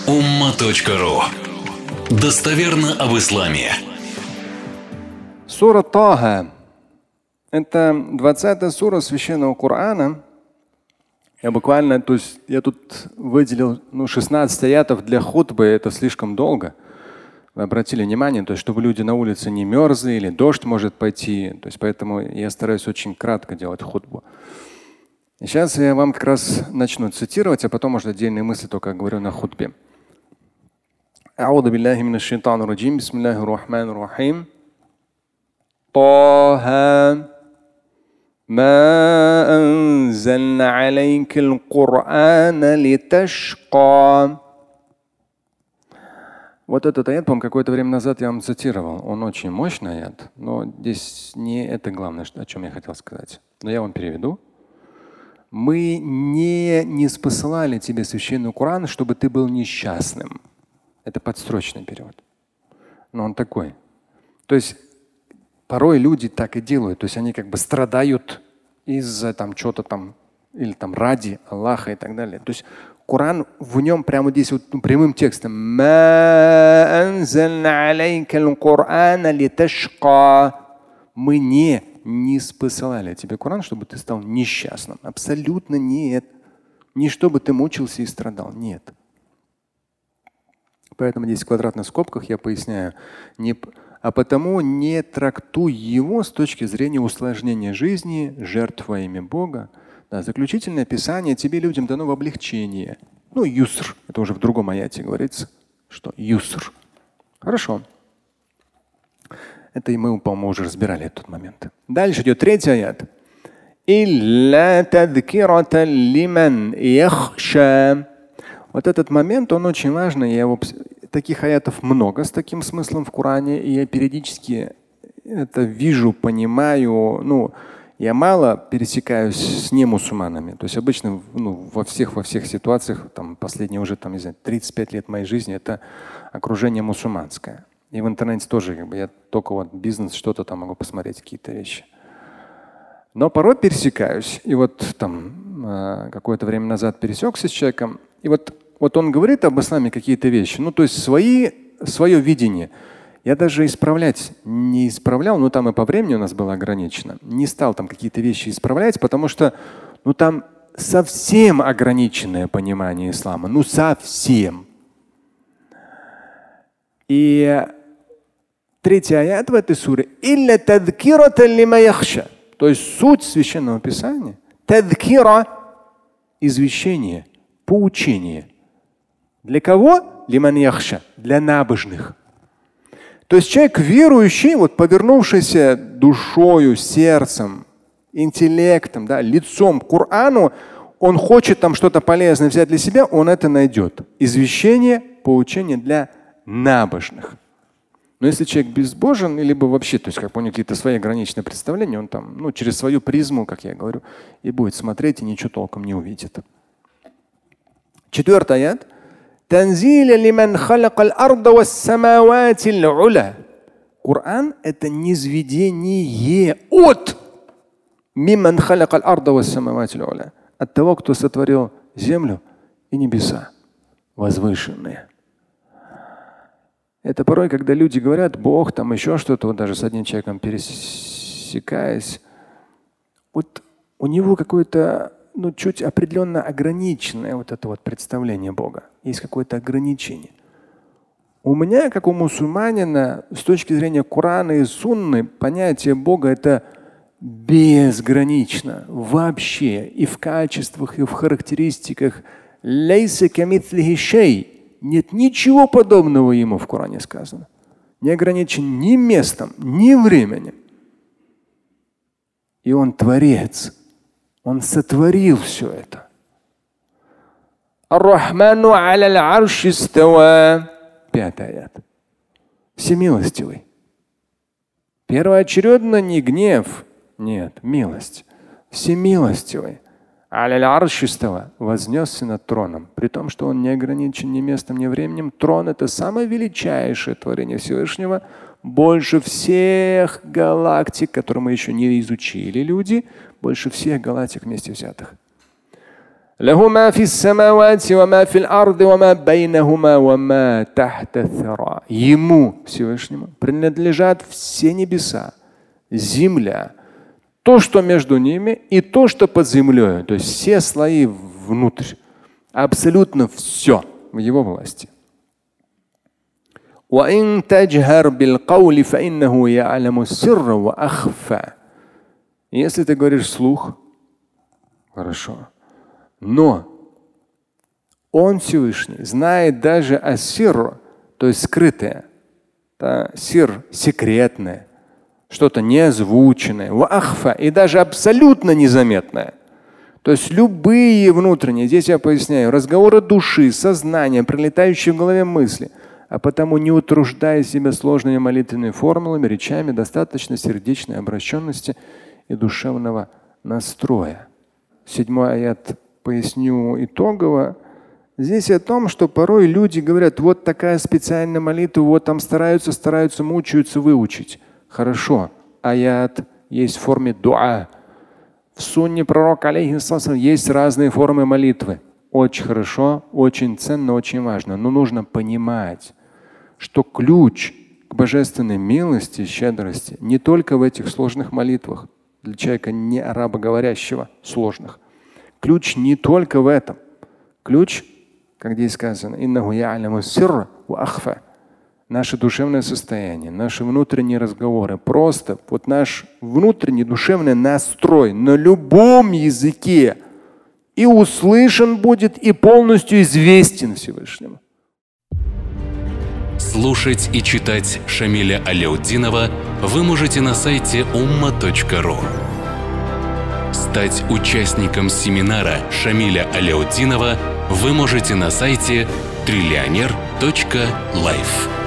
umma.ru. Достоверно об исламе. Сура Таха – это 20-я сура Священного Корана. Я тут выделил 16 аятов для хутбы, это слишком долго. Вы обратили внимание, то есть, чтобы люди на улице не мерзли или дождь может пойти. То есть, поэтому я стараюсь очень кратко делать хутбу. И сейчас я вам как раз начну цитировать, а потом, может, отдельные мысли только говорю на хутбе. أعوذ بالله من الشيطان الرجيم بسم الله الرحمن الرحيم طه ما أنزلنا عليك القرآن لتشقى. Вот этот аят, по-моему, какое-то время назад я вам цитировал. Он очень мощный аят, но здесь не это главное, о чем я хотел сказать. Но я вам переведу. Мы не спосылали тебе священный Коран, чтобы ты был несчастным. Это подстрочный перевод. Но он такой. То есть порой люди так и делают. То есть они как бы страдают из-за чего-то там или ради Аллаха и так далее. То есть Коран в нем прямо здесь вот прямым текстом. Мы не спосылали тебе Коран, чтобы ты стал несчастным. Абсолютно нет. Не чтобы ты мучился и страдал. Нет. Поэтому здесь в квадратных скобках я поясняю. А потому не трактуй его с точки зрения усложнения жизни, жертв во имя Бога. Да, заключительное писание тебе, людям, дано в облегчение. Юср. Это уже в другом аяте говорится, что юср. Хорошо. Это и мы, по-моему, уже разбирали этот момент. Дальше идет третий аят. Вот этот момент, он очень важный. Таких аятов много с таким смыслом в Коране, и я периодически это вижу, понимаю. Я мало пересекаюсь с немусульманами. То есть обычно во всех ситуациях, последние уже 35 лет моей жизни, это окружение мусульманское. И в интернете тоже я только бизнес, что-то могу посмотреть, какие-то вещи. Но порой пересекаюсь. И какое-то время назад пересекся с человеком. И вот он говорит об исламе какие-то вещи. То есть свое видение. Я даже исправлять не исправлял, но там и по времени у нас было ограничено. Не стал какие-то вещи исправлять, потому что там совсем ограниченное понимание ислама. Совсем. И третий аят в этой суре. То есть суть священного писания. Тадкира – извещение, поучение. Для кого? Лиман яхша. Для набожных. То есть человек верующий, повернувшийся душою, сердцем, интеллектом, лицом к Корану, он хочет что-то полезное взять для себя, он это найдет. Извещение, поучение для набожных. Но если человек безбожен, либо вообще, то есть у него какие-то свои ограниченные представления, он через свою призму, как я говорю, и будет смотреть, и ничего толком не увидит. Четвертый аят. Коран – это низведение от того, кто сотворил землю и небеса возвышенные. Это порой, когда люди говорят, Бог, еще что-то, даже с одним человеком пересекаясь, у него какое-то чуть определенно ограниченное это представление Бога. Есть какое-то ограничение. У меня, как у мусульманина, с точки зрения Корана и Сунны, понятие Бога – это безгранично. Вообще. И в качествах, и в характеристиках. Нет ничего подобного ему в Коране сказано. Не ограничен ни местом, ни временем. И он творец. Он сотворил все это. Ар-Рахману аля аль-арши истава. Пятый аят. Всемилостивый. Первоочередно не гнев, нет, милость. Всемилостивый. Аля аль-арши истава. Вознесся над троном. При том, что он не ограничен ни местом, ни временем. Трон – это самое величайшее творение Всевышнего. Больше всех галактик, которые мы еще не изучили, люди, больше всех галактик вместе взятых. Лаху ма фис самавати ва ма фил арды ва ма байнахума ва ма тахта ас-сара. Ему, Всевышнему, принадлежат все небеса, земля, то, что между ними, и то, что под землей. То есть все слои внутрь. Абсолютно все в его власти. Если ты говоришь вслух, хорошо. Но Он Всевышний знает даже ассир, то есть скрытое, сир секретное, что-то неозвученное, и даже абсолютно незаметное. То есть любые внутренние, здесь я поясняю, разговоры души, сознания, пролетающие в голове мысли. А потому, не утруждая себя сложными молитвенными формулами, речами, достаточно сердечной обращенности и душевного настроя. 7-й аят поясню итогово. Здесь о том, что порой люди говорят, вот такая специальная молитва, вот там стараются, мучаются выучить. Хорошо, аят есть в форме дуа. В сунне пророка алейхиссалям есть разные формы молитвы. Очень хорошо, очень ценно, очень важно. Но нужно понимать, что ключ к божественной милости и щедрости не только в этих сложных молитвах, для человека не арабоговорящего сложных. Ключ не только в этом. Ключ, как здесь сказано, иннаху я'ламу сирра ва ахфа. Наше душевное состояние, наши внутренние разговоры, просто вот наш внутренний душевный настрой на любом языке и услышан будет, и полностью известен Всевышнему. Слушать и читать Шамиля Аляутдинова вы можете на сайте umma.ru. Стать участником семинара Шамиля Аляутдинова вы можете на сайте trillioner.life.